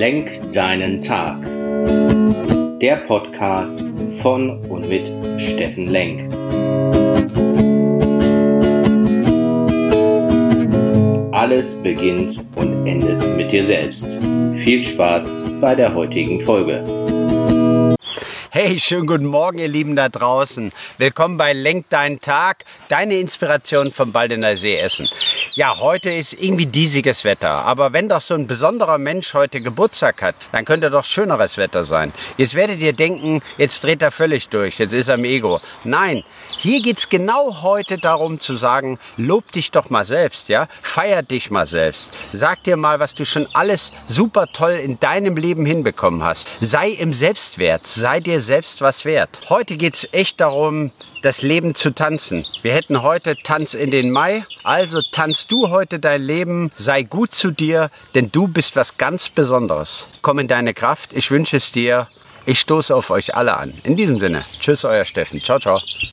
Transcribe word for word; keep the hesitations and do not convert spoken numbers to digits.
Lenk deinen Tag. Der Podcast von und mit Steffen Lenk. Alles beginnt und endet mit dir selbst. Viel Spaß bei der heutigen Folge. Hey, schönen guten Morgen, ihr Lieben da draußen. Willkommen bei Lenk deinen Tag, deine Inspiration vom Baldener See Essen. Ja, heute ist irgendwie diesiges Wetter, aber wenn doch so ein besonderer Mensch heute Geburtstag hat, dann könnte doch schöneres Wetter sein. Jetzt werdet ihr denken, jetzt dreht er völlig durch, jetzt ist er im Ego. Nein, hier geht's genau heute darum zu sagen, lob dich doch mal selbst, ja? Feier dich mal selbst. Sag dir mal, was du schon alles super toll in deinem Leben hinbekommen hast. Sei im Selbstwert, sei dir selbst was wert. Heute geht's echt darum, das Leben zu tanzen. Wir hätten heute Tanz in den Mai, also tanzt du heute dein Leben, sei gut zu dir, denn du bist was ganz Besonderes. Komm in deine Kraft, ich wünsche es dir, ich stoße auf euch alle an. In diesem Sinne, tschüss, euer Steffen, ciao, ciao.